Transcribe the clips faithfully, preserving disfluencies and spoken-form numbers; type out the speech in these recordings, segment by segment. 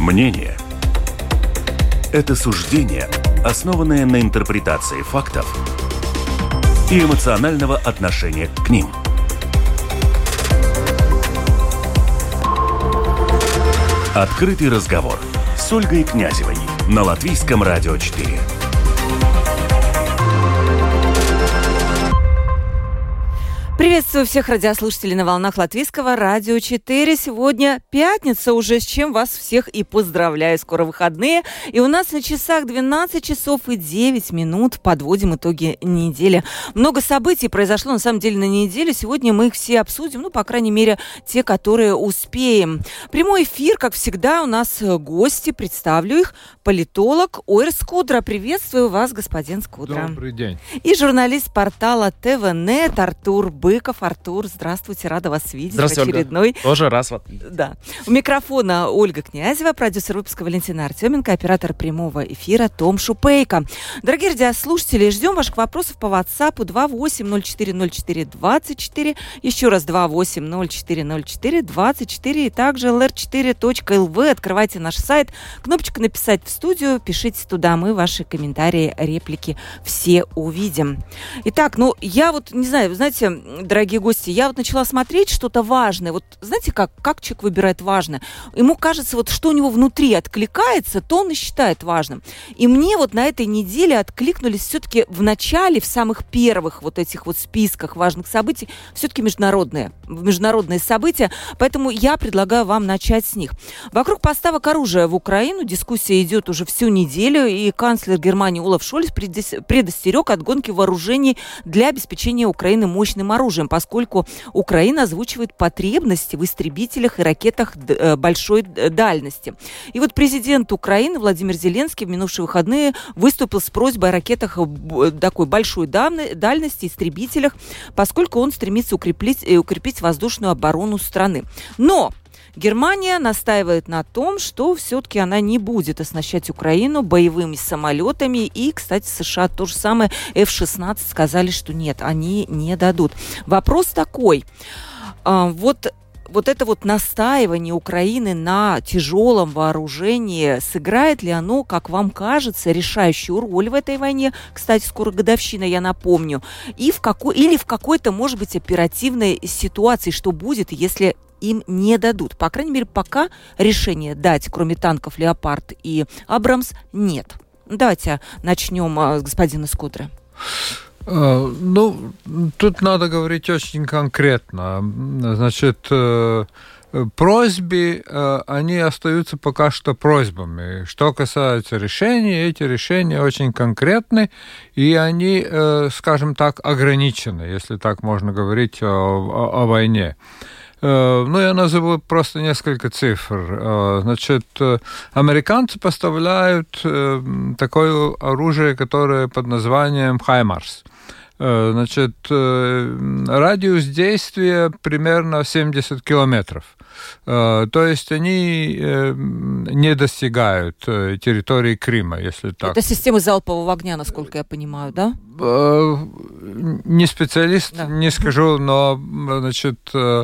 Мнение – это суждение, основанное на интерпретации фактов и эмоционального отношения к ним. Открытый разговор с Ольгой Князевой на Латвийском радио четыре. Приветствую всех радиослушателей на волнах Латвийского радио четыре. Сегодня пятница уже, с чем вас всех и поздравляю. Скоро выходные. И у нас на часах двенадцать часов и девять минут. Подводим итоги недели. Много событий произошло, на самом деле, на неделе. Сегодня мы их все обсудим. Ну, по крайней мере, те, которые успеем. Прямой эфир, как всегда, у нас гости. Представлю их. Политолог Ойр Скудра. Приветствую вас, господин Скудра. Добрый день. И журналист портала ТВНет Артур Быков. Артур, здравствуйте, рада вас видеть. Здравствуйте, очередной. Ольга. Тоже раз вас видеть. Да. У микрофона Ольга Князева, продюсер выпуска Валентина Артеменко, оператор прямого эфира Том Шупейко. Дорогие радиослушатели, ждем ваших вопросов по WhatsApp два восемь ноль четыре ноль четыре двадцать четыре, еще раз два восемь ноль четыре ноль четыре двадцать четыре, и также эл эр четыре точка эл ви. Открывайте наш сайт, кнопочка «Написать в студию», пишите туда, мы ваши комментарии, реплики все увидим. Итак, ну, я вот, не знаю, вы знаете, дорогие гости, я вот начала смотреть что-то важное. Вот знаете, как, как человек выбирает важное? Ему кажется, вот что у него внутри откликается, то он и считает важным. И мне вот на этой неделе откликнулись все-таки в начале, в самых первых вот этих вот списках важных событий, все-таки международные, международные события. Поэтому я предлагаю вам начать с них. Вокруг поставок оружия в Украину дискуссия идет уже всю неделю, и канцлер Германии Олаф Шольц предостерег от гонки вооружений для обеспечения Украины мощным оружием, поскольку Украина озвучивает потребности в истребителях и ракетах большой дальности. И вот президент Украины Владимир Зеленский в минувшие выходные выступил с просьбой о ракетах такой большой дальности, истребителях, поскольку он стремится укрепить, укрепить воздушную оборону страны. Но Германия настаивает на том, что все-таки она не будет оснащать Украину боевыми самолетами. И, кстати, США то же самое, эф шестнадцать сказали, что нет, они не дадут. Вопрос такой. Вот, вот это вот настаивание Украины на тяжелом вооружении, сыграет ли оно, как вам кажется, решающую роль в этой войне? Кстати, скоро годовщина, я напомню. И в какой, или в какой-то, может быть, оперативной ситуации, что будет, если им не дадут. По крайней мере, пока решения дать, кроме танков «Леопард» и «Абрамс», нет. Давайте начнем с господина Скудры. Ну, тут надо говорить очень конкретно. Значит, просьбы, они остаются пока что просьбами. Что касается решений, эти решения очень конкретны, и они, скажем так, ограничены, если так можно говорить о, о, о войне. Ну, я назову просто несколько цифр. Значит, американцы поставляют такое оружие, которое под названием «Хаймарс». Значит, радиус действия примерно семьдесят километров. То есть они не достигают территории Крыма, если так. Это системы залпового огня, насколько я понимаю, да? Не специалист, да. Не скажу, но, значит,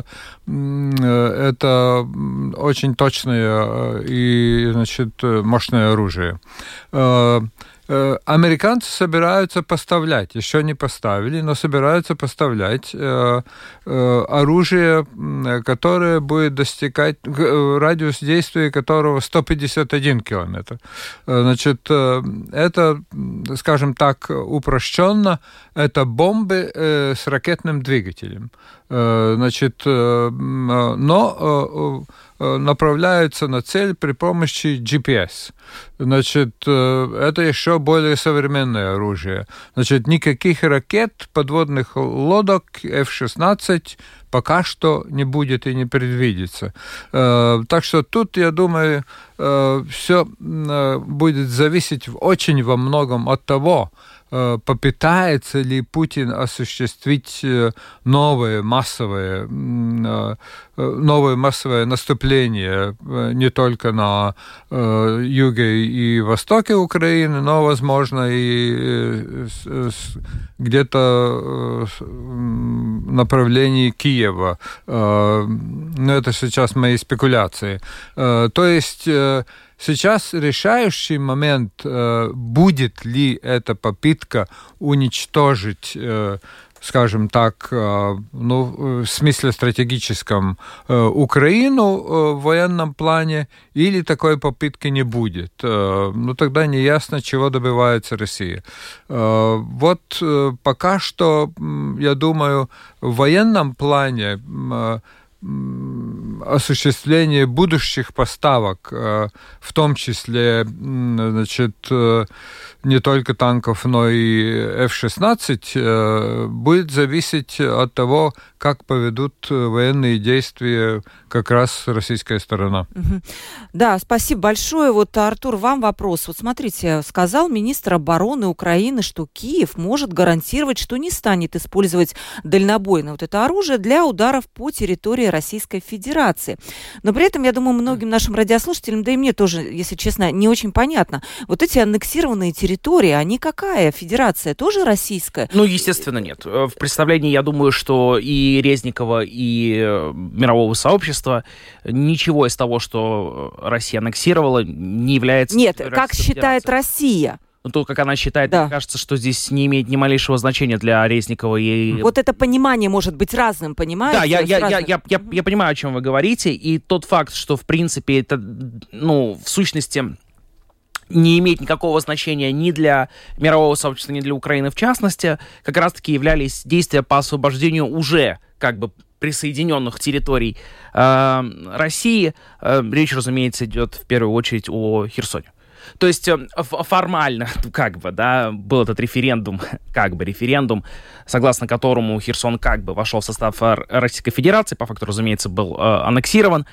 это очень точное и, значит, мощное оружие. Американцы собираются поставлять, еще не поставили, но собираются поставлять э, э, оружие, которое будет достигать, радиус действия которого сто пятьдесят один километр. Значит, э, это, скажем так, упрощенно, это бомбы э, с ракетным двигателем. Э, значит, э, но э, направляются на цель при помощи джи пи эс. Значит, это еще более современное оружие. Значит, никаких ракет, подводных лодок эф шестнадцать пока что не будет и не предвидится. Так что тут, я думаю, все будет зависеть очень во многом от того, попытается ли Путин осуществить новое массовое, новое массовое наступление не только на юге и востоке Украины, но, возможно, и где-то в направлении Киева. Но это сейчас мои спекуляции. То есть сейчас решающий момент, э, будет ли эта попытка уничтожить, э, скажем так, э, ну, в смысле стратегическом, э, Украину э, в военном плане, или такой попытки не будет. Э, ну, тогда неясно, чего добивается Россия. Э, вот э, пока что, я думаю, в военном плане э, осуществление будущих поставок, в том числе, значит, не только танков, но и эф шестнадцать, будет зависеть от того, как поведут военные действия как раз российская сторона. Угу. Да, спасибо большое. Вот, Артур, вам вопрос. Вот смотрите, сказал министр обороны Украины, что Киев может гарантировать, что не станет использовать дальнобойное вот это оружие для ударов по территории Российской Федерации. Но при этом, я думаю, многим нашим радиослушателям, да и мне тоже, если честно, не очень понятно. Вот эти аннексированные территории, они какая? Федерация тоже российская? Ну, естественно, нет. В представлении, я думаю, что и Резникова, и мирового сообщества ничего из того, что Россия аннексировала, не является... Нет, как считает Россия? Ну, то, как она считает, да. Мне кажется, что здесь не имеет ни малейшего значения для Резникова. И... Вот это понимание может быть разным, понимаете? Да, я, я, разным... я, я, я, я понимаю, о чем вы говорите, и тот факт, что, в принципе, это, ну, в сущности, не имеет никакого значения ни для мирового сообщества, ни для Украины в частности, как раз-таки являлись действия по освобождению уже, как бы, присоединенных территорий э, России. Э, речь, разумеется, идет в первую очередь о Херсоне. То есть формально, как бы, да, был этот референдум, как бы референдум, согласно которому Херсон как бы вошел в состав Российской Федерации, по факту, разумеется, был э, аннексирован.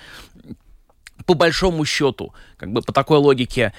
По большому счету, как бы по такой логике,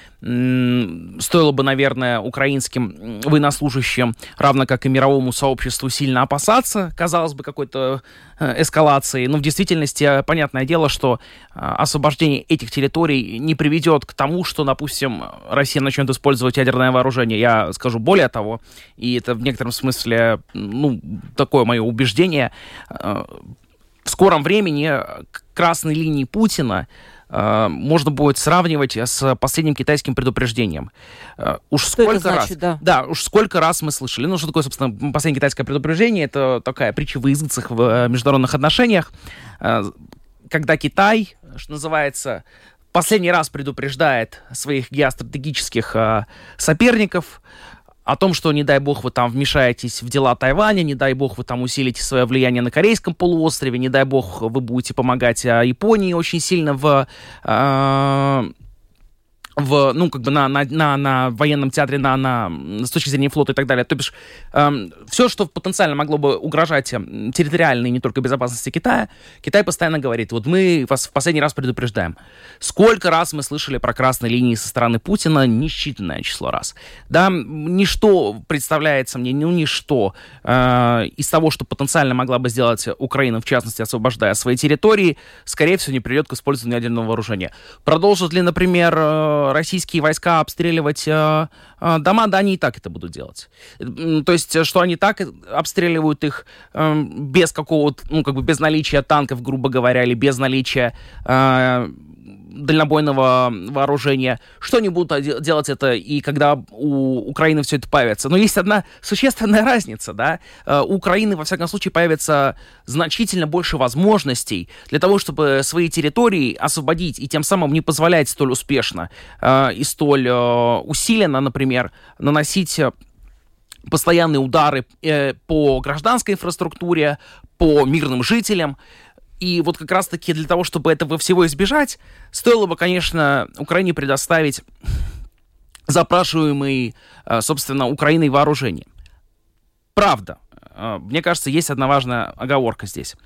м- стоило бы, наверное, украинским военнослужащим, равно как и мировому сообществу, сильно опасаться, казалось бы, какой-то э, эскалации. Но в действительности, понятное дело, что э, освобождение этих территорий не приведет к тому, что, допустим, Россия начнет использовать ядерное вооружение. Я скажу более того, и это в некотором смысле, ну, такое мое убеждение, э, в скором времени красной линии Путина можно будет сравнивать с последним китайским предупреждением. Уж что сколько это значит, раз, да? Да, уж сколько раз мы слышали. Ну, что такое, собственно, последнее китайское предупреждение? Это такая притча во языцах в международных отношениях, когда Китай, что называется, последний раз предупреждает своих геостратегических соперников о том, что, не дай бог, вы там вмешаетесь в дела Тайваня, не дай бог, вы там усилите свое влияние на Корейском полуострове, не дай бог, вы будете помогать Японии очень сильно в... Э- в, ну, как бы на, на, на, на военном театре, на, на, с точки зрения флота и так далее. То бишь, эм, все, что потенциально могло бы угрожать территориальной, не только безопасности Китая, Китай постоянно говорит, вот мы вас в последний раз предупреждаем. Сколько раз мы слышали про красные линии со стороны Путина? Несчитанное число раз. Да, ничто представляется мне, ну, ничто э, из того, что потенциально могла бы сделать Украина, в частности, освобождая свои территории, скорее всего, не приведет к использованию ядерного вооружения. Продолжат ли, например, российские войска обстреливать э, э, дома? Да, они и так это будут делать. То есть, что они так обстреливают их э, без какого-то, ну, как бы без наличия танков, грубо говоря, или без наличия э, дальнобойного вооружения. Что они будут делать это, и когда у Украины все это появится? Но есть одна существенная разница, да. У Украины, во всяком случае, появится значительно больше возможностей для того, чтобы свои территории освободить и тем самым не позволять столь успешно э, и столь э, усиленно, например, наносить постоянные удары э, по гражданской инфраструктуре, по мирным жителям. И вот как раз-таки для того, чтобы этого всего избежать, стоило бы, конечно, Украине предоставить запрашиваемые, собственно, Украиной вооружения. Правда, мне кажется, есть одна важная оговорка здесь.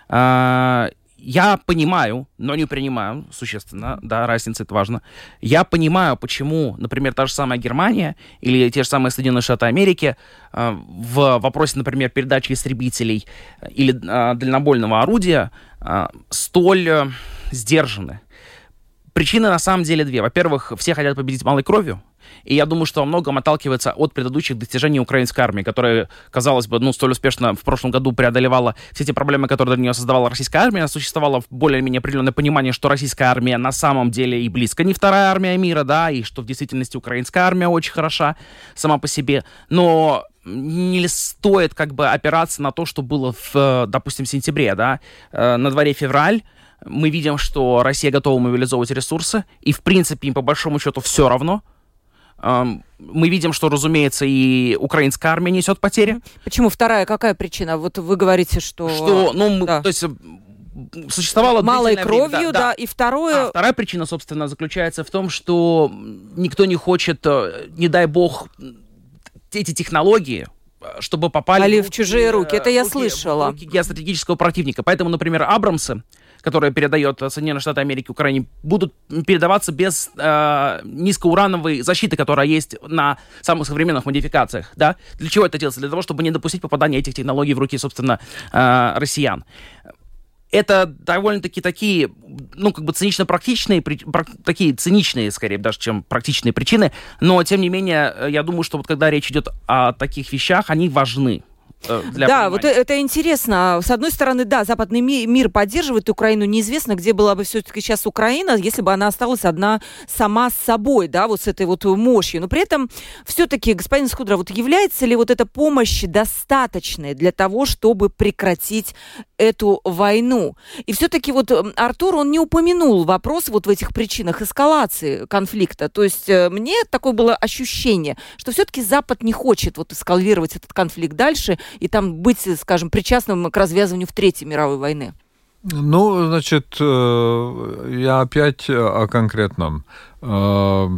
Я понимаю, но не принимаю, существенно, да, разница, это важно. Я понимаю, почему, например, та же самая Германия или те же самые Соединенные Штаты Америки э, в вопросе, например, передачи истребителей или э, дальнобойного орудия э, столь э, сдержаны. Причины на самом деле две. Во-первых, все хотят победить малой кровью. И я думаю, что во многом отталкивается от предыдущих достижений украинской армии, которая, казалось бы, ну, столь успешно в прошлом году преодолевала все те проблемы, которые для нее создавала российская армия. Существовало более-менее определенное понимание, что российская армия на самом деле и близко не вторая армия мира, да, и что в действительности украинская армия очень хороша сама по себе. Но не стоит как бы опираться на то, что было в, допустим, сентябре, да, на дворе февраль. Мы видим, что Россия готова мобилизовывать ресурсы, и, в принципе, им по большому счету все равно. Мы видим, что, разумеется, и украинская армия несет потери. Почему? Вторая какая причина? Вот вы говорите, что... Что, ну, да. то есть... Существовало малой кровью, время, да, да, да. И второе... А вторая причина, собственно, заключается в том, что никто не хочет, не дай бог, эти технологии, чтобы попали Али в, руки, в чужие руки. Это я руки, слышала. в руки геостратегического противника. Поэтому, например, Абрамсы, которые передает Соединенные Штаты Америки Украине, будут передаваться без э, низкоурановой защиты, которая есть на самых современных модификациях. Да? Для чего это делается? Для того, чтобы не допустить попадания этих технологий в руки, собственно, э, россиян. Это довольно-таки такие, ну, как бы цинично-практичные, такие циничные, скорее, даже, чем практичные причины, но, тем не менее, я думаю, что вот когда речь идет о таких вещах, они важны. Для да, понимания. Вот это интересно. С одной стороны, да, западный ми- мир поддерживает Украину. Неизвестно, где была бы все-таки сейчас Украина, если бы она осталась одна сама с собой, да, вот с этой вот мощью. Но при этом все-таки, господин Скудра, вот является ли вот эта помощь достаточной для того, чтобы прекратить эту войну? И все-таки вот Артур, он не упомянул вопрос вот в этих причинах эскалации конфликта. То есть мне такое было ощущение, что все-таки Запад не хочет вот эскалировать этот конфликт дальше и там быть, скажем, причастным к развязыванию в Третьей мировой войны. Ну, значит, я опять о конкретном. В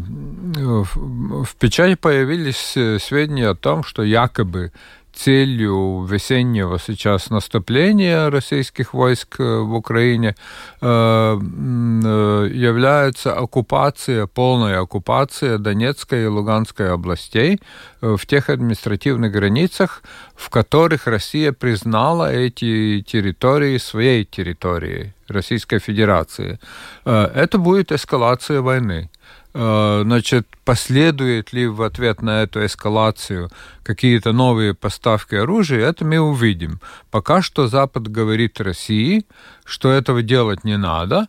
печати появились сведения о том, что якобы целью весеннего сейчас наступления российских войск в Украине является оккупация, полная оккупация Донецкой и Луганской областей в тех административных границах, в которых Россия признала эти территории своей территорией Российской Федерации. Это будет эскалация войны. Значит, последует ли в ответ на эту эскалацию какие-то новые поставки оружия, это мы увидим. Пока что Запад говорит России, что этого делать не надо,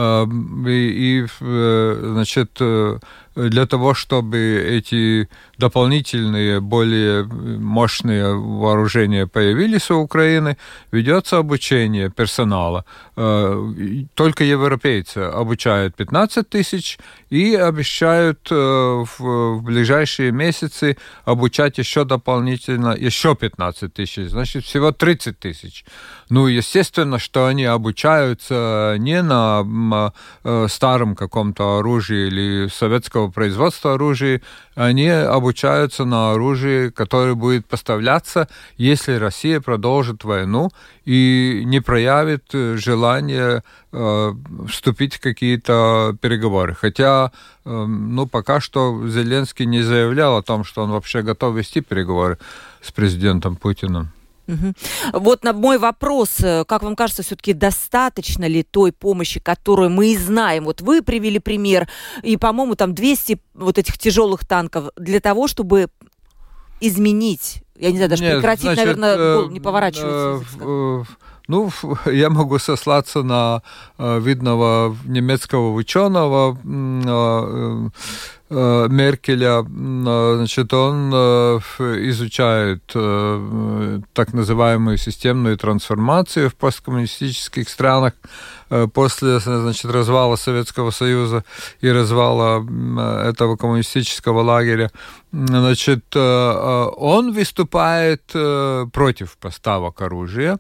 и, значит, для того, чтобы эти дополнительные, более мощные вооружения появились у Украины, ведется обучение персонала. Только европейцы обучают пятнадцать тысяч и обещают в ближайшие месяцы обучать еще дополнительно еще пятнадцать тысяч, значит, всего тридцать тысяч. Ну, естественно, что они обучаются не на старом каком-то оружии или советского производства оружия, они обучаются на оружии, которое будет поставляться, если Россия продолжит войну и не проявит желание э, вступить в какие-то переговоры. Хотя, э, ну, пока что Зеленский не заявлял о том, что он вообще готов вести переговоры с президентом Путиным. Угу. Вот на мой вопрос, как вам кажется, все-таки достаточно ли той помощи, которую мы и знаем? Вот вы привели пример, и, по-моему, там двести вот этих тяжелых танков для того, чтобы изменить, я не знаю, даже Нет, прекратить, значит, наверное, э, не поворачивается. Э, ну, я могу сослаться на э, видного немецкого ученого, э, Меркеля, значит, он изучает так называемую системную трансформацию в посткоммунистических странах после, значит, развала Советского Союза и развала этого коммунистического лагеря. Значит, он выступает против поставок оружия.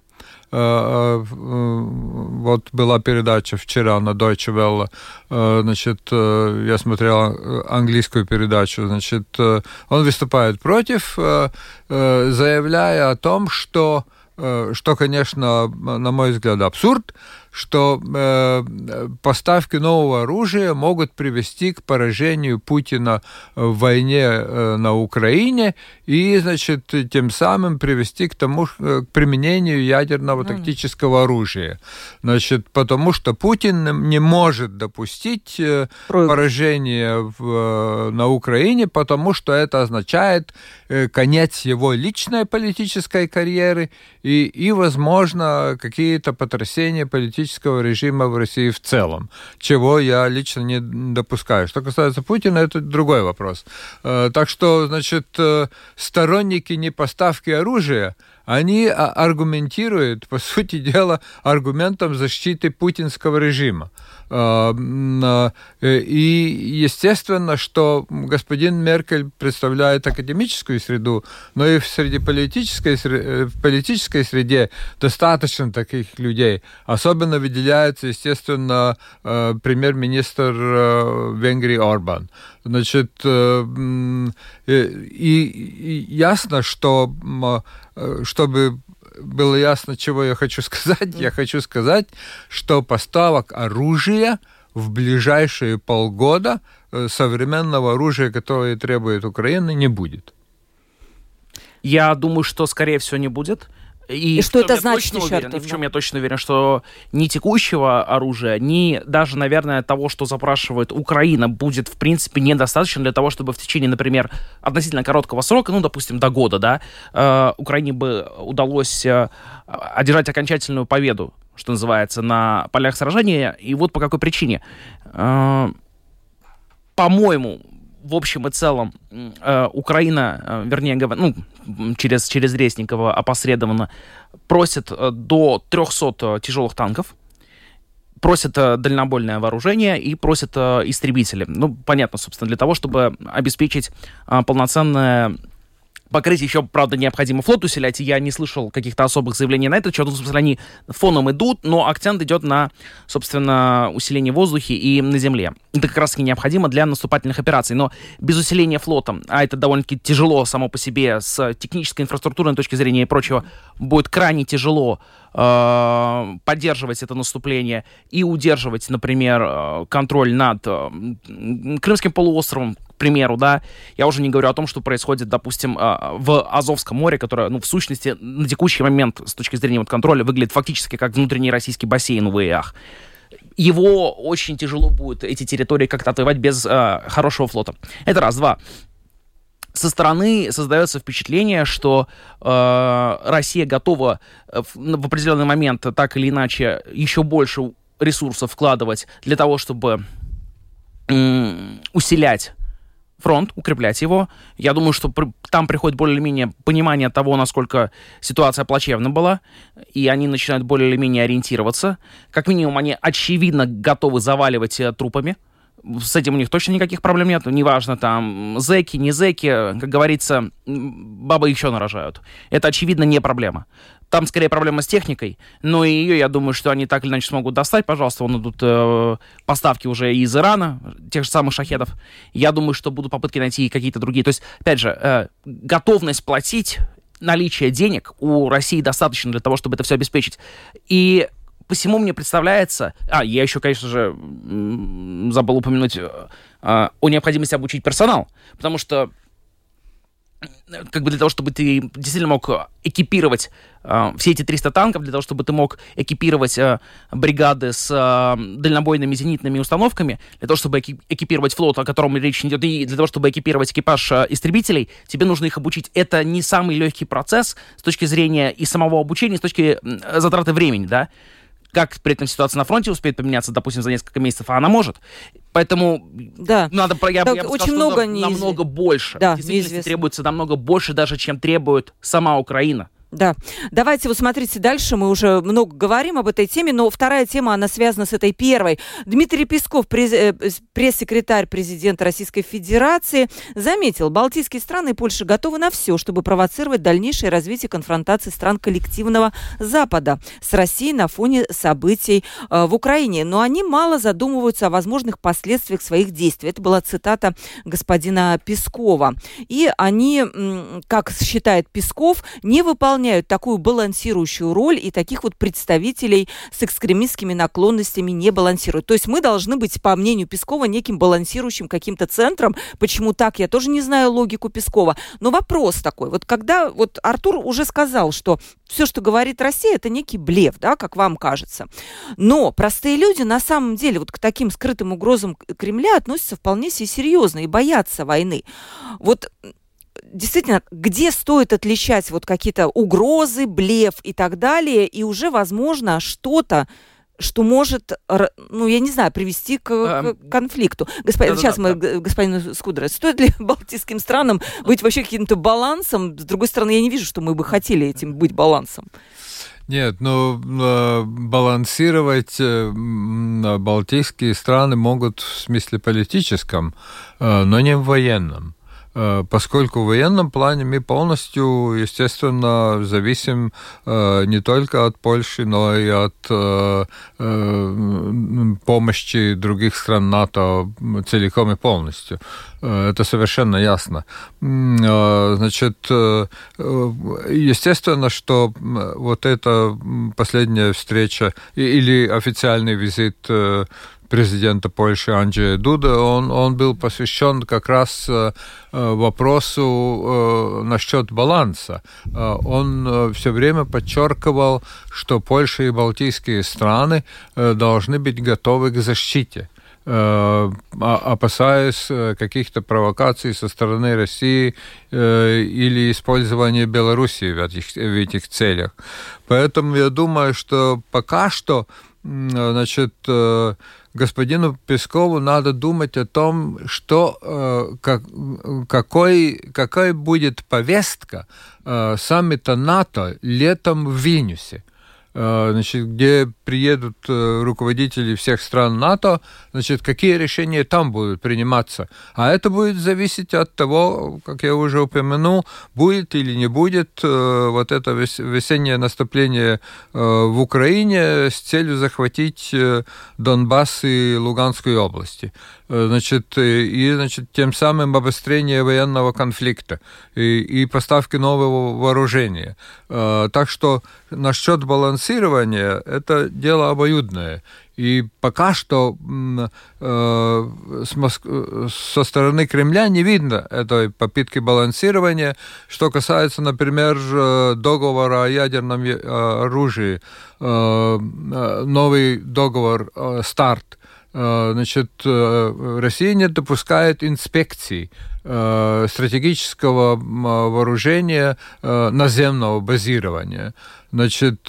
Вот была передача вчера на Deutsche Welle, значит, я смотрел английскую передачу, значит, он выступает против, заявляя о том, что, что, конечно, на мой взгляд, абсурд, что э, поставки нового оружия могут привести к поражению Путина в войне э, на Украине и, значит, тем самым привести к тому, к применению ядерного тактического оружия. Значит, потому что Путин не может допустить э, поражения в, на Украине, потому что это означает э, конец его личной политической карьеры и, и, возможно, какие-то потрясения политического режима в России в целом, чего я лично не допускаю. Что касается Путина, это другой вопрос. Э, так что, значит, э, сторонники непоставки оружия, они аргументируют, по сути дела, аргументом защиты путинского режима. И естественно, что господин Меркель представляет академическую среду, но и в среди политической, в политической среде достаточно таких людей. Особенно выделяется, естественно, премьер-министр Венгрии Орбан. Значит, и, и ясно, что чтобы было ясно, чего я хочу сказать, я хочу сказать, что поставок оружия в ближайшие полгода современного оружия, которое требует Украина, не будет. Я думаю, что, скорее всего, не будет. И, и что это значит еще? Уверен, и в чем я точно уверен, что ни текущего оружия, ни даже, наверное, того, что запрашивает Украина, будет, в принципе, недостаточно для того, чтобы в течение, например, относительно короткого срока, ну, допустим, до года, да, э, Украине бы удалось э, одержать окончательную победу, что называется, на полях сражения. И вот по какой причине. Э, по-моему, в общем и целом, э, Украина, э, вернее, ну, через, через Резникова опосредованно, просит э, до трехсот тяжелых танков, просит э, дальнобойное вооружение и просит э, истребители. Ну, понятно, собственно, для того, чтобы обеспечить э, полноценное покрытие. Еще, правда, необходимо флот усилять, и я не слышал каких-то особых заявлений на этот счет. Ну, собственно, они фоном идут, но акцент идет на, собственно, усиление в воздухе и на земле. Это как раз-таки необходимо для наступательных операций. Но без усиления флота, а это довольно-таки тяжело само по себе, с технической инфраструктурной точки зрения и прочего, будет крайне тяжело э, поддерживать это наступление и удерживать, например, контроль над э, Крымским полуостровом, к примеру, да. Я уже не говорю о том, что происходит, допустим, в Азовском море, которое, ну, в сущности, на текущий момент, с точки зрения вот контроля, выглядит фактически как внутренний российский бассейн в ИАХ. Его очень тяжело будет, эти территории, как-то отвоевать без э, хорошего флота. Это раз. Два. Со стороны создается впечатление, что э, Россия готова в, в определенный момент так или иначе еще больше ресурсов вкладывать для того, чтобы э, усилять фронт, укреплять его. Я думаю, что при, там приходит более-менее понимание того, насколько ситуация плачевна была, и они начинают более-менее ориентироваться. Как минимум, они, очевидно, готовы заваливать э, трупами. С этим у них точно никаких проблем нет. Неважно, там, зэки, не зэки, как говорится, бабы еще нарожают. Это, очевидно, не проблема. Там, скорее, проблема с техникой, но и ее, я думаю, что они так или иначе смогут достать. Пожалуйста, вон идут э, поставки уже из Ирана, тех же самых шахедов. Я думаю, что будут попытки найти какие-то другие. То есть, опять же, э, готовность платить, наличие денег у России достаточно для того, чтобы это все обеспечить. И посему мне представляется... А, я еще, конечно же, забыл упомянуть э, о необходимости обучить персонал, потому что как бы для того, чтобы ты действительно мог экипировать э, все эти триста танков, для того, чтобы ты мог экипировать э, бригады с э, дальнобойными зенитными установками, для того, чтобы эки- экипировать флот, о котором речь идет, и для того, чтобы экипировать экипаж э, истребителей, тебе нужно их обучить. Это не самый легкий процесс с точки зрения и самого обучения, с точки э, затраты времени, да. Как при этом ситуация на фронте успеет поменяться, допустим, за несколько месяцев, а она может. Поэтому да. надо, я, так, я бы очень сказал, много что намного больше. Да, в действительности требуется намного больше, даже чем требует сама Украина. Да. Давайте, вот смотрите, дальше мы уже много говорим об этой теме, но вторая тема, она связана с этой первой. Дмитрий Песков, пресс- пресс-секретарь президента Российской Федерации, заметил, балтийские страны и Польша готовы на все, чтобы провоцировать дальнейшее развитие конфронтации стран коллективного Запада с Россией на фоне событий э, в Украине. Но они мало задумываются о возможных последствиях своих действий. Это была цитата господина Пескова. И они, как считает Песков, не выполняют выполняют такую балансирующую роль, и таких вот представителей с экстремистскими наклонностями не балансируют. То есть мы должны быть, по мнению Пескова, неким балансирующим каким-то центром. Почему так, я тоже не знаю логику Пескова. Но вопрос такой, вот когда, вот Артур уже сказал, что все, что говорит Россия, это некий блеф, да, как вам кажется. Но простые люди на самом деле вот к таким скрытым угрозам Кремля относятся вполне себе серьезно и боятся войны. Вот действительно, где стоит отличать вот какие-то угрозы, блеф и так далее, и уже, возможно, что-то, что может, ну, я не знаю, привести к, а, к конфликту. Господин, да, сейчас да, мы да. господину Скудеру. Стоит ли балтийским странам быть вообще каким-то балансом? С другой стороны, я не вижу, что мы бы хотели этим быть балансом. Нет, ну, балансировать балтийские страны могут в смысле политическом, но не в военном. Поскольку в военном плане мы полностью, естественно, зависим э, не только от Польши, но и от э, э, помощи других стран НАТО целиком и полностью. Э, это совершенно ясно. Э, значит, э, естественно, что вот эта последняя встреча или официальный визит э, президента Польши Анджея Дуда, он, он был посвящен как раз э, вопросу э, насчет баланса. Э, он э, все время подчеркивал, что Польша и балтийские страны э, должны быть готовы к защите, э, опасаясь каких-то провокаций со стороны России э, или использования Белоруссии в этих, в этих целях. Поэтому я думаю, что пока что, значит, э, господину Пескову надо думать о том, что, э, как, какой, какая будет повестка э, саммита НАТО летом в Вильнюсе. Значит, где приедут руководители всех стран НАТО, значит, какие решения там будут приниматься. А это будет зависеть от того, как я уже упомянул, будет или не будет вот это весеннее наступление в Украине с целью захватить Донбасс и Луганскую области. Значит, и, значит, тем самым обострение военного конфликта и, и поставки нового вооружения. Так что насчет балансирования это дело обоюдное. И пока что э, с Моск... со стороны Кремля не видно этой попытки балансирования. Что касается, например, договора о ядерном оружии, э, новый договор э, «Старт», значит, Россия не допускает инспекций стратегического вооружения наземного базирования. Значит,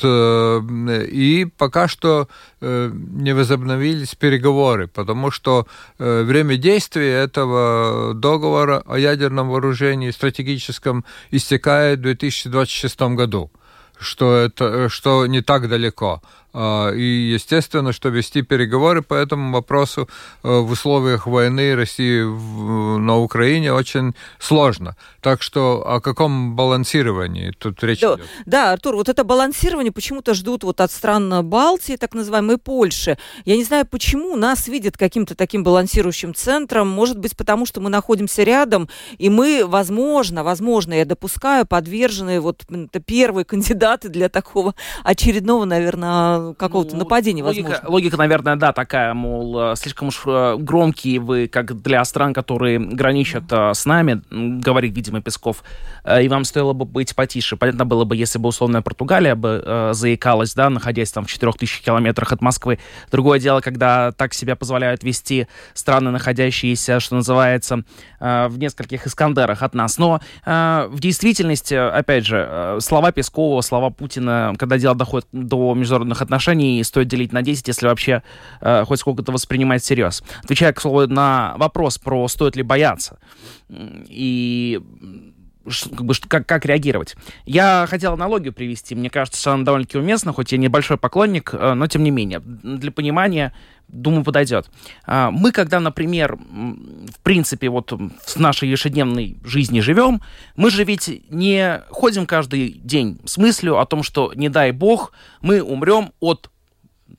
и пока что не возобновились переговоры, потому что время действия этого договора о ядерном вооружении стратегическом истекает в две тысячи двадцать шестом году, что, это, что не так далеко. И, естественно, что вести переговоры по этому вопросу в условиях войны России на Украине очень сложно. Так что о каком балансировании тут речь да, идет? Да, Артур, вот это балансирование почему-то ждут вот от стран Балтии, так называемой Польши. Я не знаю, почему нас видят каким-то таким балансирующим центром. Может быть, потому что мы находимся рядом, и мы, возможно, возможно, я допускаю, подвержены вот это первые кандидаты для такого очередного, наверное, какого-то ну, нападения, логика, возможно. Логика, наверное, да, такая, мол, слишком уж громкие вы, как для стран, которые граничат mm-hmm. с нами, говорит, видимо, Песков, и вам стоило бы быть потише. Понятно было бы, если бы условная Португалия бы э, заикалась, да, находясь там в четырех тысячах километрах от Москвы. Другое дело, когда так себя позволяют вести страны, находящиеся, что называется, э, в нескольких Искандерах от нас. Но э, в действительности, опять же, э, слова Пескова, слова Путина, когда дело доходит до международных отношений, стоит делить на десять, если вообще э, хоть сколько-то воспринимать всерьез. Отвечая, к слову, на вопрос про стоит ли бояться и как, бы, как, как реагировать. Я хотел аналогию привести. Мне кажется, что она довольно-таки уместна, хоть я небольшой поклонник, э, но тем не менее. Для понимания, думаю, подойдет. Э, мы, когда, например, в принципе, вот в нашей ежедневной жизни живем, мы же ведь не ходим каждый день с мыслью о том, что, не дай бог, мы умрем от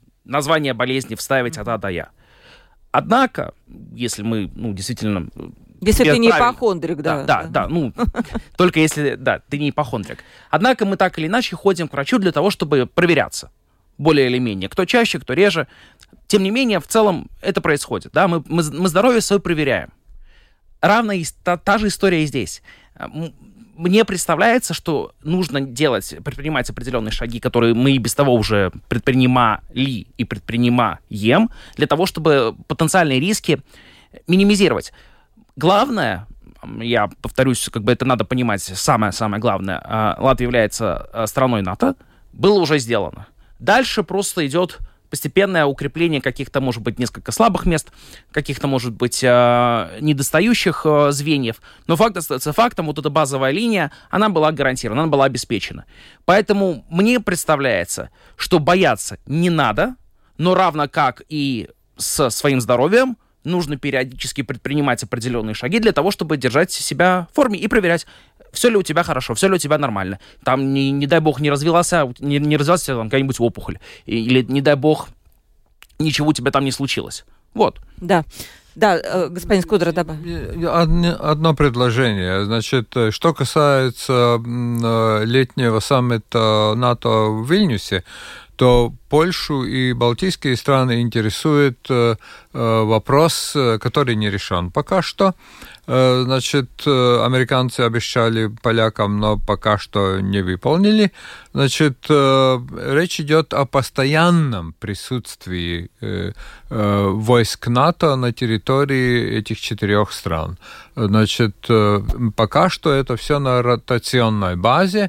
названия болезни, вставить от А до Я. Однако, если мы ну, действительно Если ты не ипохондрик, да. Да, да, да, ну, только если, да, ты не ипохондрик. Однако мы так или иначе ходим к врачу для того, чтобы проверяться, более или менее. Кто чаще, кто реже. Тем не менее, в целом это происходит, да, мы, мы, мы здоровье свое проверяем. Равно и та, та же история и здесь. Мне представляется, что нужно делать, предпринимать определенные шаги, которые мы и без того уже предпринимали и предпринимаем, для того, чтобы потенциальные риски минимизировать. Главное, я повторюсь, как бы это надо понимать, самое-самое главное, Латвия является страной НАТО, было уже сделано. Дальше просто идет постепенное укрепление каких-то, может быть, несколько слабых мест, каких-то, может быть, недостающих звеньев. Но факт остается фактом, вот эта базовая линия, она была гарантирована, она была обеспечена. Поэтому мне представляется, что бояться не надо, но равно как и с своим здоровьем, нужно периодически предпринимать определенные шаги для того, чтобы держать себя в форме и проверять, все ли у тебя хорошо, все ли у тебя нормально. Там, не, не дай бог, не развилась, не, не развилась там какая-нибудь опухоль. Или, не дай бог, ничего у тебя там не случилось. Вот. Да. Да, господин Скудра, добавь. Одно предложение. Значит, что касается летнего саммита НАТО в Вильнюсе, то Польшу и Балтийские страны интересует э, вопрос, который не решен пока что. Э, значит, американцы обещали полякам, но пока что не выполнили. Значит, э, речь идет о постоянном присутствии э, э, войск НАТО на территории этих четырех стран. Значит, э, пока что это все на ротационной базе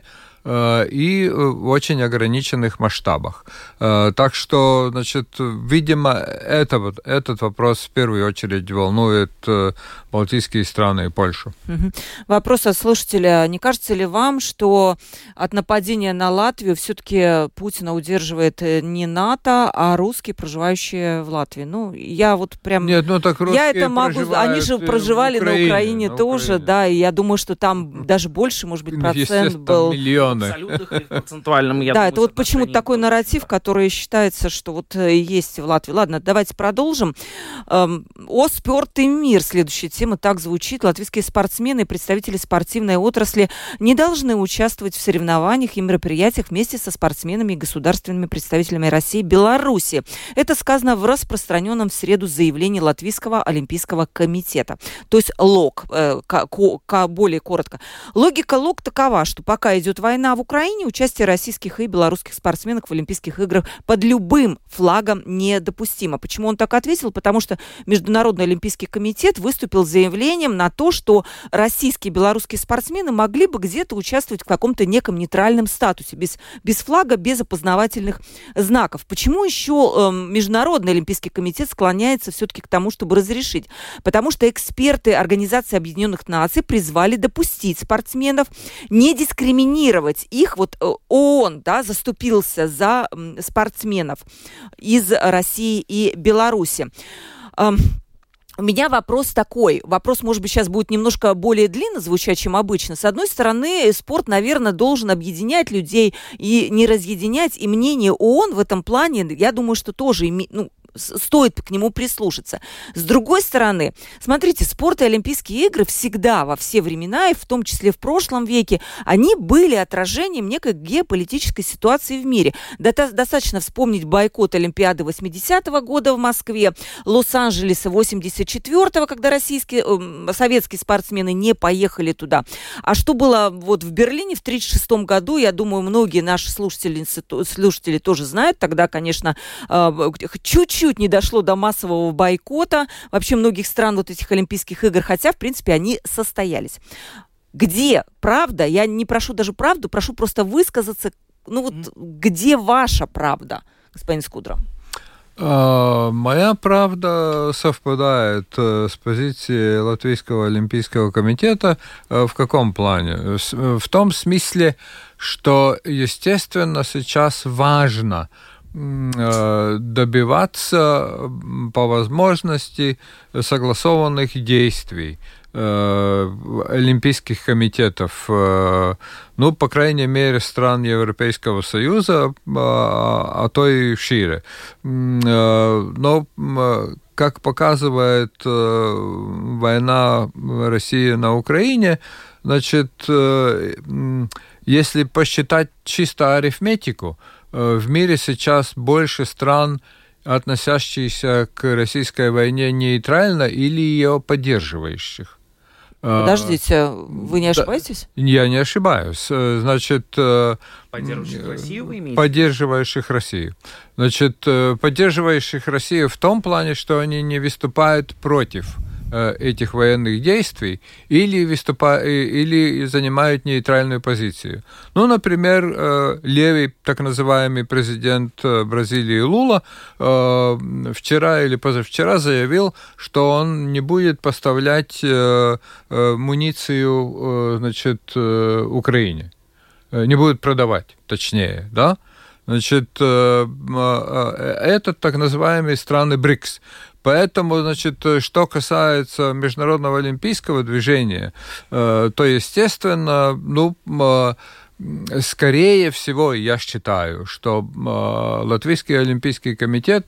и в очень ограниченных масштабах. Так что, значит, видимо, это, вот, этот вопрос в первую очередь волнует Балтийские страны и Польшу. Угу. Вопрос от слушателя. Не кажется ли вам, что от нападения на Латвию все-таки Путина удерживает не НАТО, а русские, проживающие в Латвии? Ну, я вот прям... Нет, ну так русские я это могу... Они же проживали Украине, на Украине на тоже, Украине. Да, и я думаю, что там даже больше, может быть, процент был... Миллионы. Процентуальном, я да, думаю, это вот почему-то такой нарратив, который считается, что вот есть в Латвии. Ладно, давайте продолжим. Эм, о спорт и мир. Следующая тема так звучит. Латвийские спортсмены и представители спортивной отрасли не должны участвовать в соревнованиях и мероприятиях вместе со спортсменами и государственными представителями России и Беларуси. Это сказано в распространенном в среду заявлении Латвийского олимпийского комитета. То есть ЛОК, э, к, к, более коротко. Логика ЛОК такова, что пока идет война в Украине, участие российских и белорусских спортсменок в Олимпийских играх под любым флагом недопустимо. Почему он так ответил? Потому что Международный олимпийский комитет выступил с заявлением на то, что российские и белорусские спортсмены могли бы где-то участвовать в каком-то неком нейтральном статусе, без, без флага, без опознавательных знаков. Почему еще э, Международный олимпийский комитет склоняется все-таки к тому, чтобы разрешить? Потому что эксперты Организации Объединенных Наций призвали допустить спортсменов, не дискриминировать их. Вот ООН, да, заступился за спортсменов из России и Беларуси. У меня вопрос такой. Вопрос, может быть, сейчас будет немножко более длинно звучать, чем обычно. С одной стороны, спорт, наверное, должен объединять людей и не разъединять. И мнение ООН в этом плане, я думаю, что тоже име... ну, стоит к нему прислушаться. С другой стороны, смотрите, спорт и Олимпийские игры всегда, во все времена, и в том числе в прошлом веке, они были отражением некой геополитической ситуации в мире. Достаточно вспомнить бойкот Олимпиады восьмидесятого года в Москве, Лос-Анджелеса восемьдесят четвёртого, когда российские, э, советские спортсмены не поехали туда. А что было вот в Берлине в тридцать шестом году, я думаю, многие наши слушатели, слушатели тоже знают. Тогда, конечно, э, чуть-чуть не дошло до массового бойкота вообще многих стран вот этих Олимпийских игр, хотя, в принципе, они состоялись. Где правда? Я не прошу даже правду, прошу просто высказаться. Ну вот mm-hmm. где ваша правда, господин Скудра? Uh, моя правда совпадает uh, с позицией Латвийского олимпийского комитета. Uh, в каком плане? С, uh, в том смысле, что, естественно, сейчас важно добиваться по возможности согласованных действий олимпийских комитетов, ну, по крайней мере, стран Европейского Союза, а то и шире. Но как показывает война России на Украине, значит, если посчитать чисто арифметику, в мире сейчас больше стран, относящихся к российской войне нейтрально или ее поддерживающих. Подождите, вы не ошибаетесь? Я не ошибаюсь. Значит, поддерживающих Россию вы имеете? Поддерживающих Россию. Значит, поддерживающих Россию в том плане, что они не выступают против этих военных действий или, выступа... или занимают нейтральную позицию. Ну, например, левый, так называемый президент Бразилии Лула вчера или позавчера заявил, что он не будет поставлять муницию, значит, Украине. Не будет продавать, точнее, да? Значит, это так называемые страны БРИКС. Поэтому, значит, что касается Международного олимпийского движения, то, естественно, ну, скорее всего, я считаю, что Латвийский олимпийский комитет,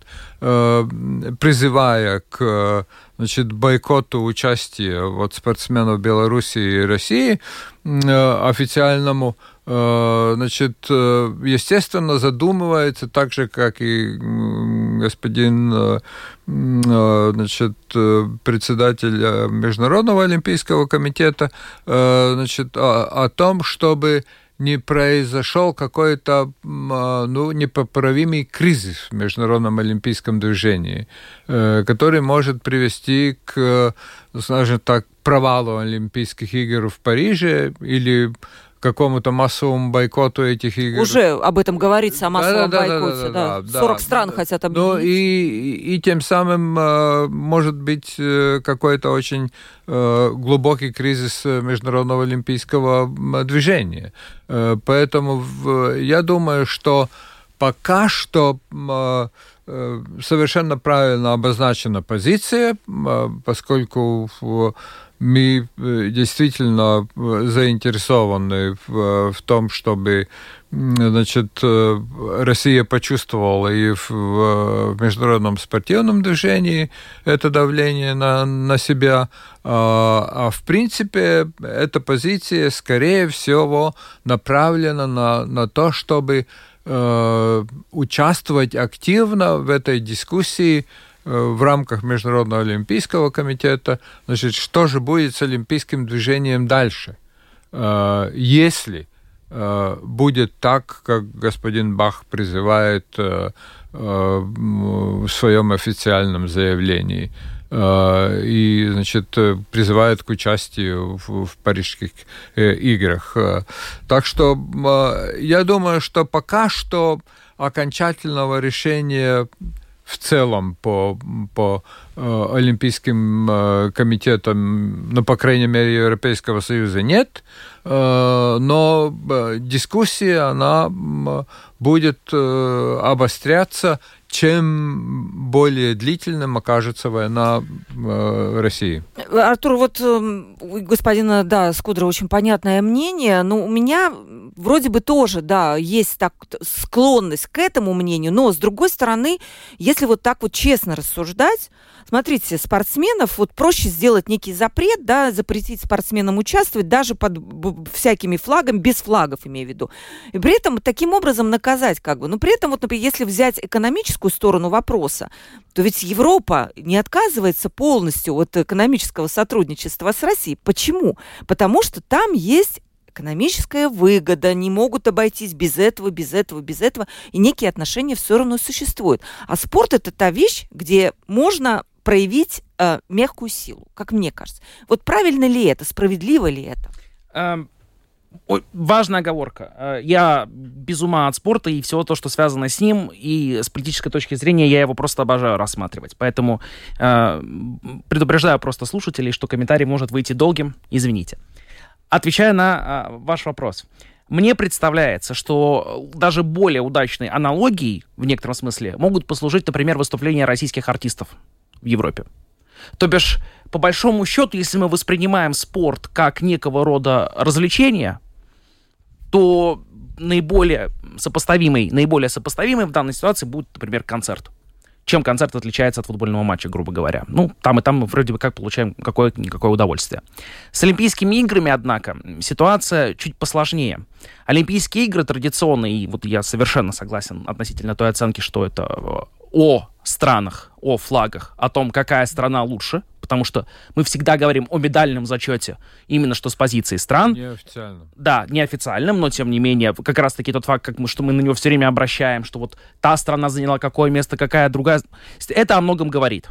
призывая к, значит, бойкоту участия вот, спортсменов Белоруссии и России официональному, значит, естественно, задумывается, так же, как и господин, значит, председатель Международного олимпийского комитета, значит, о, о том, чтобы не произошел какой-то, ну, непоправимый кризис в международном олимпийском движении, который может привести к, скажем так, провалу Олимпийских игр в Париже или какому-то массовому бойкоту этих игр. Уже об этом говорится, о массовом да, да, бойкоте. Да, да, да. сорок да, стран да. хотят объединить. Ну, и, и, и тем самым может быть какой-то очень глубокий кризис международного олимпийского движения. Поэтому я думаю, что пока что совершенно правильно обозначена позиция, поскольку мы действительно заинтересованы в, в том, чтобы, значит, Россия почувствовала и в, в международном спортивном движении это давление на, на себя. А, а в принципе эта позиция, скорее всего, направлена на, на то, чтобы э, участвовать активно в этой дискуссии в рамках Международного олимпийского комитета, значит, что же будет с олимпийским движением дальше, если будет так, как господин Бах призывает в своем официальном заявлении, и, значит, призывает к участию в, в Парижских играх. Так что я думаю, что пока что окончательного решения в целом по, по э, Олимпийским э, комитетам, ну, по крайней мере, Европейского Союза нет, э, но э, дискуссия, она э, будет э, обостряться, чем более длительным окажется война э, России. Артур, вот э, у господина, да, Скудра очень понятное мнение, но у меня вроде бы тоже, да, есть так склонность к этому мнению, но, с другой стороны, если вот так вот честно рассуждать, смотрите, спортсменов, вот проще сделать некий запрет, да, запретить спортсменам участвовать даже под всякими флагами, без флагов, имею в виду. И при этом таким образом наказать как бы. Но при этом, вот, например, если взять экономическую сторону вопроса, то ведь Европа не отказывается полностью от экономического сотрудничества с Россией. Почему? Потому что там есть экономическая выгода, не могут обойтись без этого, без этого, без этого, и некие отношения все равно существуют. А спорт – это та вещь, где можно проявить э, мягкую силу, как мне кажется. Вот правильно ли это, справедливо ли это? Эм, ой, важная оговорка. Я без ума от спорта и всего то, что связано с ним, и с политической точки зрения я его просто обожаю рассматривать. Поэтому э, предупреждаю просто слушателей, что комментарий может выйти долгим, извините. Отвечая на э, ваш вопрос. Мне представляется, что даже более удачной аналогией, в некотором смысле, могут послужить, например, выступления российских артистов в Европе. То бишь, по большому счету, если мы воспринимаем спорт как некого рода развлечение, то наиболее сопоставимый, наиболее сопоставимый в данной ситуации будет, например, концерт. Чем концерт отличается от футбольного матча, грубо говоря? Ну, там и там мы вроде бы как получаем какое-никакое удовольствие. С Олимпийскими играми, однако, ситуация чуть посложнее. Олимпийские игры традиционные, и вот я совершенно согласен относительно той оценки, что это о странах, о флагах, о том, какая страна лучше, потому что мы всегда говорим о медальном зачете именно что с позиции стран. Неофициальным. Да, неофициальным, но тем не менее, как раз-таки тот факт, как мы, что мы на него все время обращаем, что вот та страна заняла какое место, какая другая, это о многом говорит.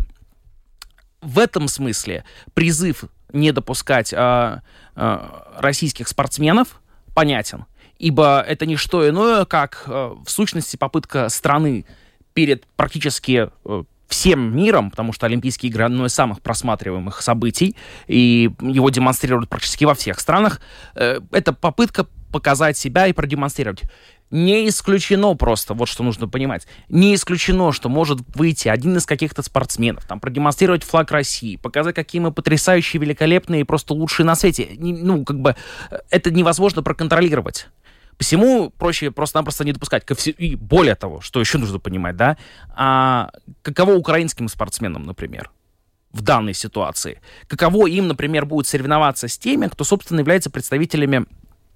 В этом смысле призыв не допускать а, а, российских спортсменов понятен, ибо это не что иное, как а, в сущности попытка страны перед практически а, всем миром, потому что Олимпийские игры — одно из самых просматриваемых событий, и его демонстрируют практически во всех странах, э, это попытка показать себя и продемонстрировать. Не исключено просто, вот что нужно понимать, не исключено, что может выйти один из каких-то спортсменов, там, продемонстрировать флаг России, показать, какие мы потрясающие, великолепные и просто лучшие на свете. Ну, как бы, это невозможно проконтролировать. Посему проще просто-напросто не допускать. И более того, что еще нужно понимать, да, а каково украинским спортсменам, например, в данной ситуации? Каково им, например, будет соревноваться с теми, кто, собственно, является представителями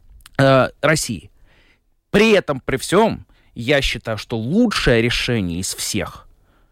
э, России? При этом, при всем, я считаю, что лучшее решение из всех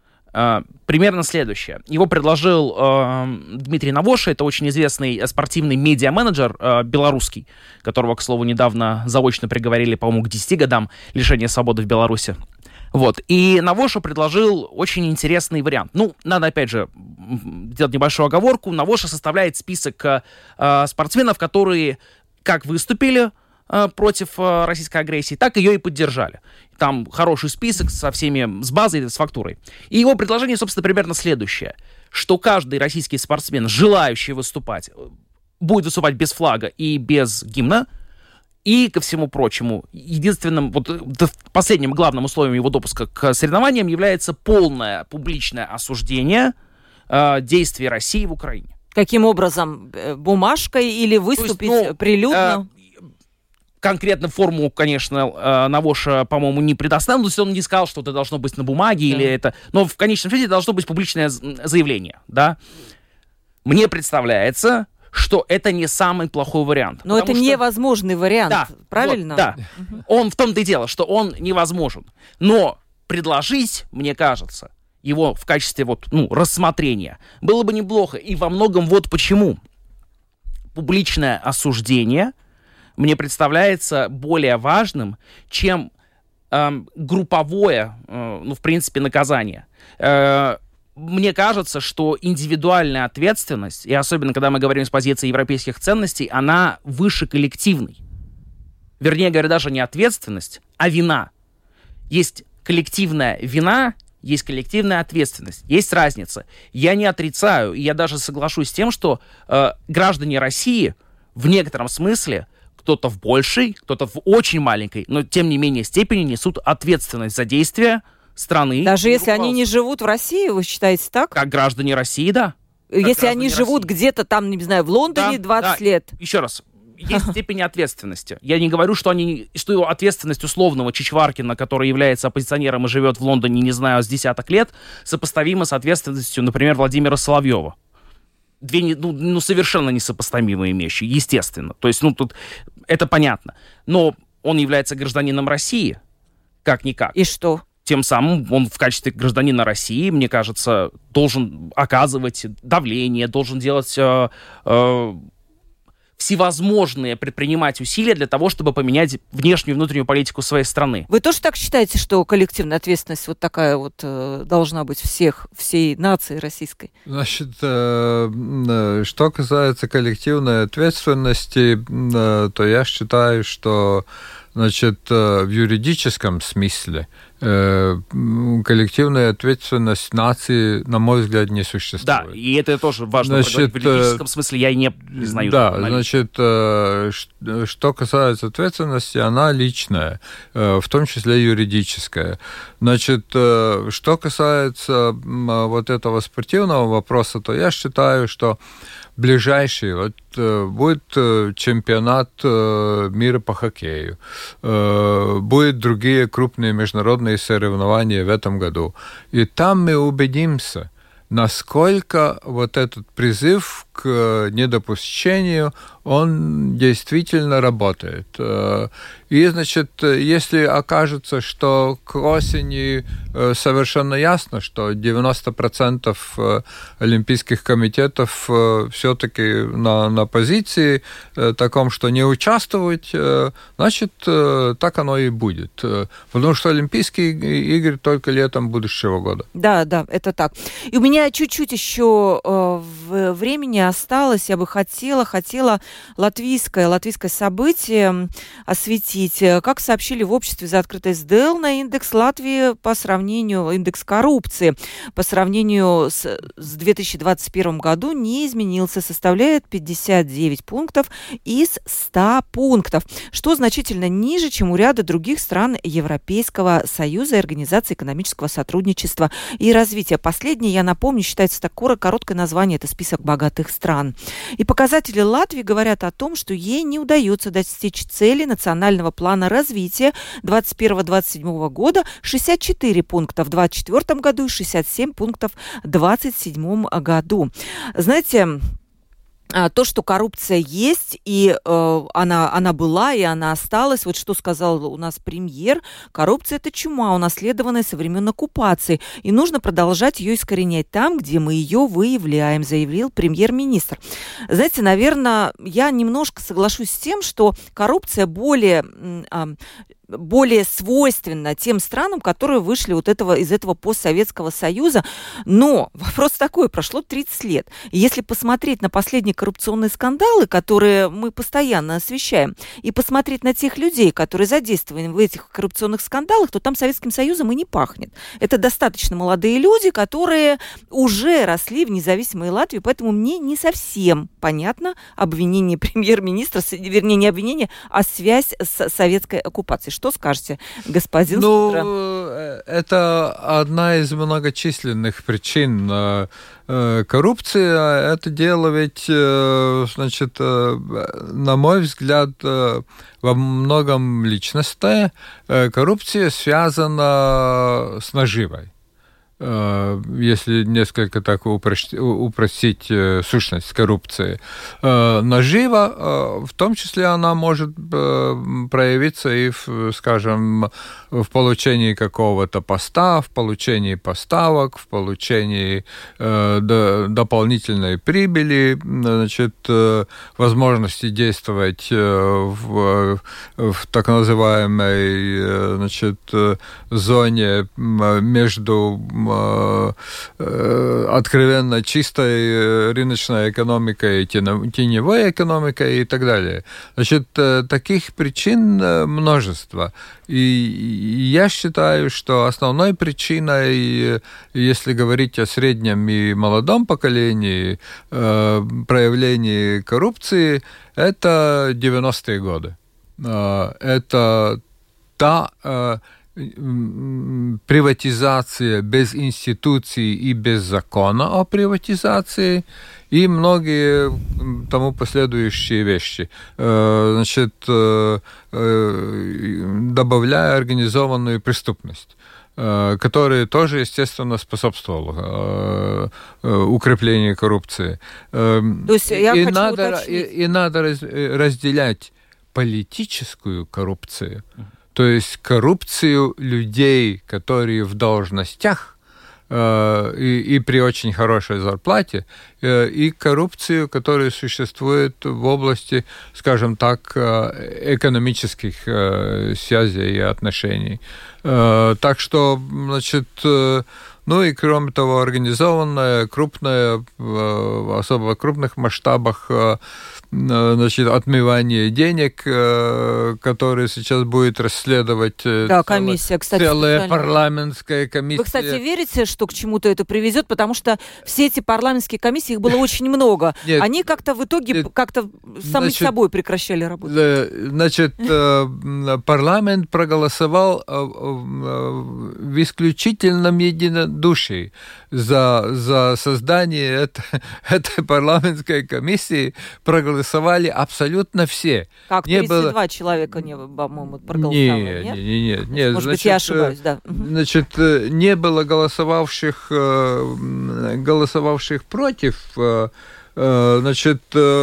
э, примерно следующее. Его предложил э, Дмитрий Навоша, это очень известный спортивный медиа-менеджер э, белорусский, которого, к слову, недавно заочно приговорили, по-моему, к десяти годам лишения свободы в Беларуси. Вот. И Навоша предложил очень интересный вариант. Ну, надо, опять же, сделать небольшую оговорку. Навоша составляет список э, спортсменов, которые как выступили э, против э, российской агрессии, так ее и поддержали. Там хороший список со всеми, с базой, с фактурой. И его предложение, собственно, примерно следующее. Что каждый российский спортсмен, желающий выступать, будет выступать без флага и без гимна. И, ко всему прочему, единственным, вот последним главным условием его допуска к соревнованиям является полное публичное осуждение э, действий России в Украине. Каким образом? Бумажкой или выступить есть, ну, прилюдно? Э, конкретно форму, конечно, э, Навоша, по-моему, не предоставил. То есть он не сказал, что это должно быть на бумаге, да. или это... Но в конечном счете должно быть публичное заявление, да? Мне представляется, что это не самый плохой вариант. Но это что... невозможный вариант, да, правильно? Вот, да, угу. Он в том-то и дело, что он невозможен. Но предложить, мне кажется, его в качестве вот, ну, рассмотрения было бы неплохо. И во многом вот почему. Публичное осуждение мне представляется более важным, чем э, групповое, э, ну, в принципе, наказание. Э, Мне кажется, что индивидуальная ответственность, и особенно когда мы говорим с позиции европейских ценностей, она выше коллективной. Вернее говоря, даже не ответственность, а вина. Есть коллективная вина, есть коллективная ответственность. Есть разница. Я не отрицаю, и я даже соглашусь с тем, что э, граждане России в некотором смысле, кто-то в большей, кто-то в очень маленькой, но тем не менее степени несут ответственность за действия страны. Даже если они не живут в России, вы считаете так? Как граждане России, да. Как если они живут России. Где-то там, не знаю, в Лондоне да, двадцать да. лет. Еще раз, есть степень ответственности. Я не говорю, что, они, что его ответственность условного Чичваркина, который является оппозиционером и живет в Лондоне, не знаю, с десяток лет, сопоставима с ответственностью, например, Владимира Соловьева. Две ну, ну, совершенно несопоставимые вещи, естественно. То есть, ну, тут это понятно. Но он является гражданином России, как-никак. И что? Тем самым он в качестве гражданина России, мне кажется, должен оказывать давление, должен делать э, э, всевозможные, предпринимать усилия для того, чтобы поменять внешнюю и внутреннюю политику своей страны. Вы тоже так считаете, что коллективная ответственность вот такая вот э, должна быть всех, всей нации российской? Значит, э, что касается коллективной ответственности, э, то я считаю, что значит, в юридическом смысле коллективная ответственность нации, на мой взгляд, не существует. Да, и это тоже важно. Значит, в юридическом смысле я не признаю. Да, значит, что касается ответственности, она личная, в том числе юридическая. Значит, что касается вот этого спортивного вопроса, то я считаю, что ближайший, вот будет чемпионат мира по хоккею, будут другие крупные международные соревнования в этом году. И там мы убедимся, насколько вот этот призыв к недопущению, он действительно работает. И, значит, если окажется, что к осени совершенно ясно, что девяносто процентов олимпийских комитетов все-таки на, на позиции таком, что не участвовать, значит, так оно и будет. Потому что Олимпийские игры только летом будущего года. Да, да, это так. И у меня чуть-чуть еще э, времени осталось. Я бы хотела, хотела латвийское, латвийское событие осветить. Как сообщили в обществе за открытый эс дэ эл, на индекс Латвии по сравнению, индекс коррупции по сравнению с, с две тысячи двадцать первым году не изменился, составляет пятьдесят девять пунктов из ста пунктов, что значительно ниже, чем у ряда других стран Европейского Союза и Организации экономического сотрудничества и развития. Последнее, я напомню, считается такое короткое название, это список богатых стран. И показатели Латвии говорят о том, что ей не удается достичь цели национального плана развития двадцать первого - двадцать седьмого года, шестьдесят четыре пункта в двадцать четвёртом году и шестьдесят семь пунктов в двадцать седьмом году. Знаете, то, что коррупция есть, и э, она, она была, и она осталась. Вот что сказал у нас премьер. Коррупция – это чума, унаследованная со времен оккупации. И нужно продолжать ее искоренять там, где мы ее выявляем, заявил премьер-министр. Знаете, наверное, я немножко соглашусь с тем, что коррупция более... Э, более свойственно тем странам, которые вышли вот этого, из этого постсоветского союза. Но вопрос такой, прошло тридцать лет. И если посмотреть на последние коррупционные скандалы, которые мы постоянно освещаем, и посмотреть на тех людей, которые задействованы в этих коррупционных скандалах, то там Советским Союзом и не пахнет. Это достаточно молодые люди, которые уже росли в независимой Латвии, поэтому мне не совсем понятно обвинение премьер-министра, вернее, не обвинение, а связь с советской оккупацией. Что скажете, господин Ну, Студра? Это одна из многочисленных причин коррупции. Это дело ведь, значит, на мой взгляд, во многом личностное. Коррупция связана с наживой. Если несколько так упростить сущность коррупции. Нажива, в том числе, она может проявиться и, в, скажем, в получении какого-то поста, в получении поставок, в получении дополнительной прибыли, значит, возможности действовать в, в так называемой, значит, зоне между откровенно чистой рыночной экономикой, теневой экономикой и так далее. Значит, таких причин множество. И я считаю, что основной причиной, если говорить о среднем и молодом поколении, проявлении коррупции, это девяностые годы. Это та приватизация без институций и без закона о приватизации и многие тому последующие вещи. Значит, добавляя организованную преступность, которая тоже, естественно, способствовала укреплению коррупции. То есть я и, хочу надо, и, и надо разделять политическую коррупцию, то есть коррупцию людей, которые в должностях э, и, и при очень хорошей зарплате, э, и коррупцию, которая существует в области, скажем так, э, экономических э, связей и отношений. Э, так что, значит, э, ну и кроме того, организованная, крупная, в особо крупных масштабах, э, значит, отмывание денег, которые сейчас будет расследовать да, комиссия, кстати, целая парламентская комиссия. Вы, кстати, верите, что к чему-то это приведет? Потому что все эти парламентские комиссии, их было очень много. Нет, они как-то в итоге нет, как-то сами значит, собой прекращали работать. Значит, парламент проголосовал в исключительном едино, души за, за создание это, этой парламентской комиссии проголосовали абсолютно все. Как, не тридцать два было... человека, не, по-моему, проголосовали, нет? Нет, нет, нет. нет. Может значит, быть, я ошибаюсь, да. Значит, не было голосовавших, голосовавших против. Значит,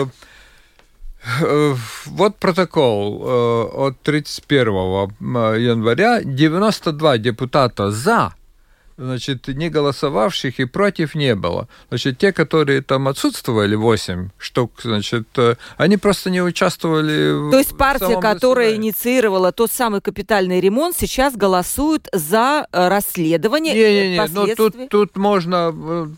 вот протокол от тридцать первого января. девяносто два депутата за, значит, не голосовавших и против не было. Значит, те, которые там отсутствовали, восемь штук, значит, они просто не участвовали. То есть партия, которая заседании. инициировала тот самый капитальный ремонт, сейчас голосует за расследование. Не-не-не, но тут, тут можно,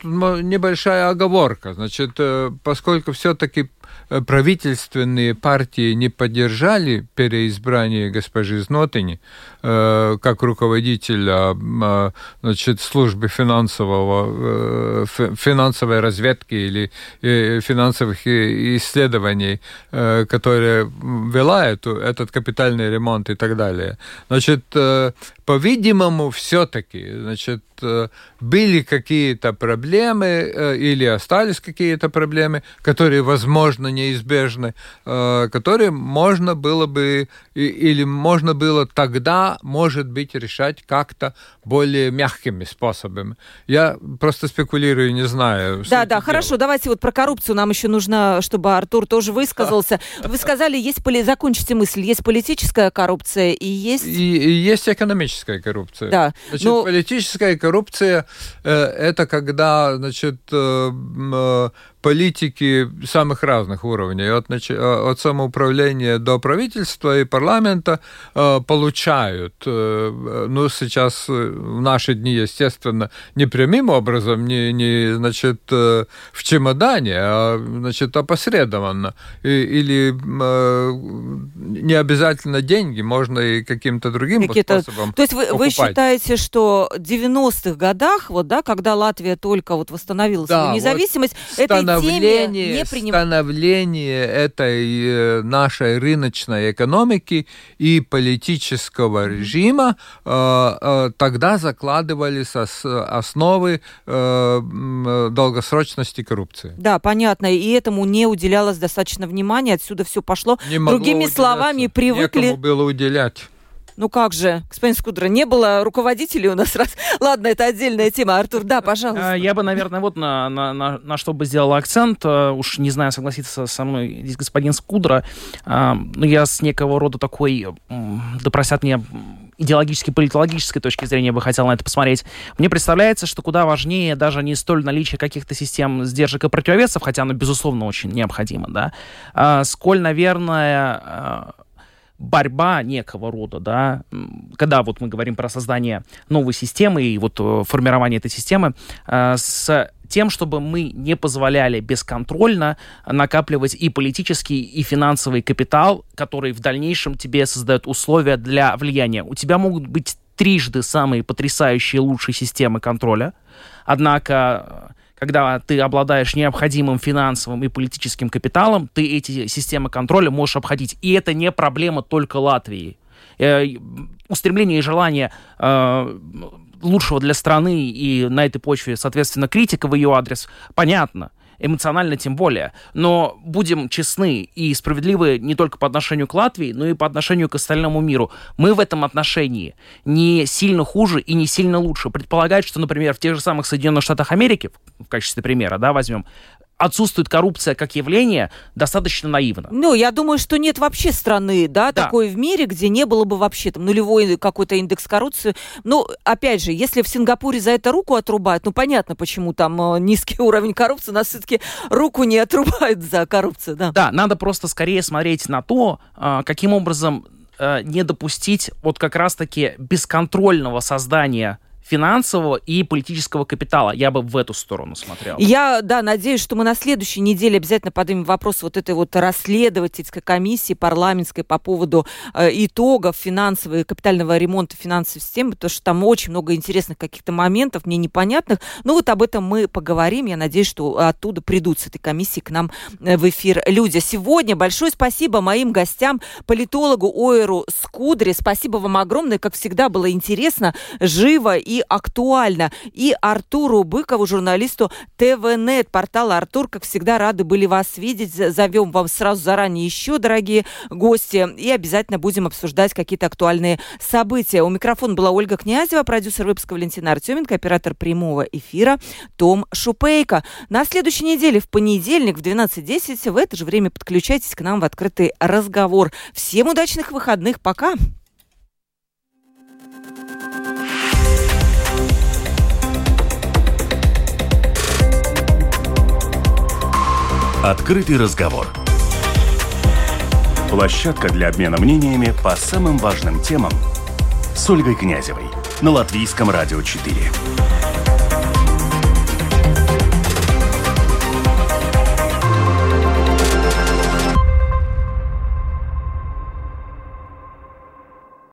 небольшая оговорка. Значит, поскольку все-таки правительственные партии не поддержали переизбрание госпожи Знотыни э, как руководителя э, значит, службы финансового, э, финансовой разведки или э, финансовых исследований, э, которая вела эту, этот капитальный ремонт и так далее. Значит, э, по-видимому, все-таки, значит, были какие-то проблемы э, или остались какие-то проблемы, которые, возможно, неизбежны, э, которые можно было бы и, или можно было тогда, может быть, решать как-то более мягкими способами. Я просто спекулирую, не знаю. Да, да, хорошо. Дело. Давайте вот про коррупцию нам еще нужно, чтобы Артур тоже высказался. Вы сказали, есть поли... закончите мысль, есть политическая коррупция и есть... И, и есть экономическая коррупция. Да. Значит, но... политическая коррупция э, это когда, значит, э, э, политики самых разных уровней, от, от самоуправления до правительства и парламента э, получают, э, ну, сейчас в наши дни, естественно, не прямым образом, не, не значит, э, в чемодане, а, значит, опосредованно. И, или э, не обязательно деньги, можно и каким-то другим Какие-то... способом То есть вы, вы считаете, что в девяностых годах, вот, да, когда Латвия только вот восстановила да, свою независимость, вот этой теме не приним... становление этой нашей рыночной экономики и политического mm-hmm. режима э, э, тогда закладывались ос- основы э, долгосрочности коррупции. Да, понятно. И этому не уделялось достаточно внимания, отсюда все пошло. Не Другими словами, привыкли... Некому было уделять. Ну как же, господин Скудра, не было руководителей у нас раз. Ладно, это отдельная тема. Артур, да, пожалуйста. Я бы, наверное, вот на, на, на, на что бы сделал акцент. Уж не знаю, согласится со мной здесь господин Скудра. Но я с некого рода такой, да простят меня, идеологической, политологической точки зрения бы хотел на это посмотреть. Мне представляется, что куда важнее даже не столь наличие каких-то систем сдержек и противовесов, хотя оно, безусловно, очень необходимо, да, а сколь, наверное... борьба некого рода, да, когда вот мы говорим про создание новой системы и вот формирование этой системы, э, с тем, чтобы мы не позволяли бесконтрольно накапливать и политический, и финансовый капитал, который в дальнейшем тебе создает условия для влияния. У тебя могут быть трижды самые потрясающие лучшие системы контроля, однако... когда ты обладаешь необходимым финансовым и политическим капиталом, ты эти системы контроля можешь обходить. И это не проблема только Латвии. Э, устремление и желание э, лучшего для страны и на этой почве, соответственно, критика в ее адрес, понятно. Эмоционально тем более. Но будем честны и справедливы не только по отношению к Латвии, но и по отношению к остальному миру. Мы в этом отношении не сильно хуже и не сильно лучше. Предполагать, что, например, в тех же самых Соединенных Штатах Америки, в качестве примера, да, возьмем, отсутствует коррупция как явление, достаточно наивно. Ну, я думаю, что нет вообще страны, да, да. такой в мире, где не было бы вообще там нулевой какой-то индекс коррупции. Ну, опять же, если в Сингапуре за это руку отрубают, ну, понятно, почему там э, низкий уровень коррупции, у нас все-таки руку не отрубают за коррупцию, да. Да, надо просто скорее смотреть на то, э, каким образом э, не допустить вот как раз-таки бесконтрольного создания финансового и политического капитала. Я бы в эту сторону смотрел. Я, да, надеюсь, что мы на следующей неделе обязательно поднимем вопрос вот этой вот расследовательской комиссии парламентской по поводу э, итогов финансового и капитального ремонта финансовой системы, потому что там очень много интересных каких-то моментов, мне непонятных. Но вот об этом мы поговорим. Я надеюсь, что оттуда придут с этой комиссии к нам в эфир люди. Сегодня большое спасибо моим гостям, политологу Оиру Скудре. Спасибо вам огромное. Как всегда, было интересно, живо и и актуально. И Артуру Быкову, журналисту ТВ.нет, портала «Артур». Как всегда, рады были вас видеть. Зовем вам сразу заранее еще, дорогие гости, и обязательно будем обсуждать какие-то актуальные события. У микрофона была Ольга Князева, продюсер выпуска Валентина Артеменко, оператор прямого эфира Том Шупейко. На следующей неделе, в понедельник в двенадцать десять, в это же время подключайтесь к нам в открытый разговор. Всем удачных выходных. Пока! Открытый разговор. Площадка для обмена мнениями по самым важным темам с Ольгой Князевой на Латвийском радио четыре.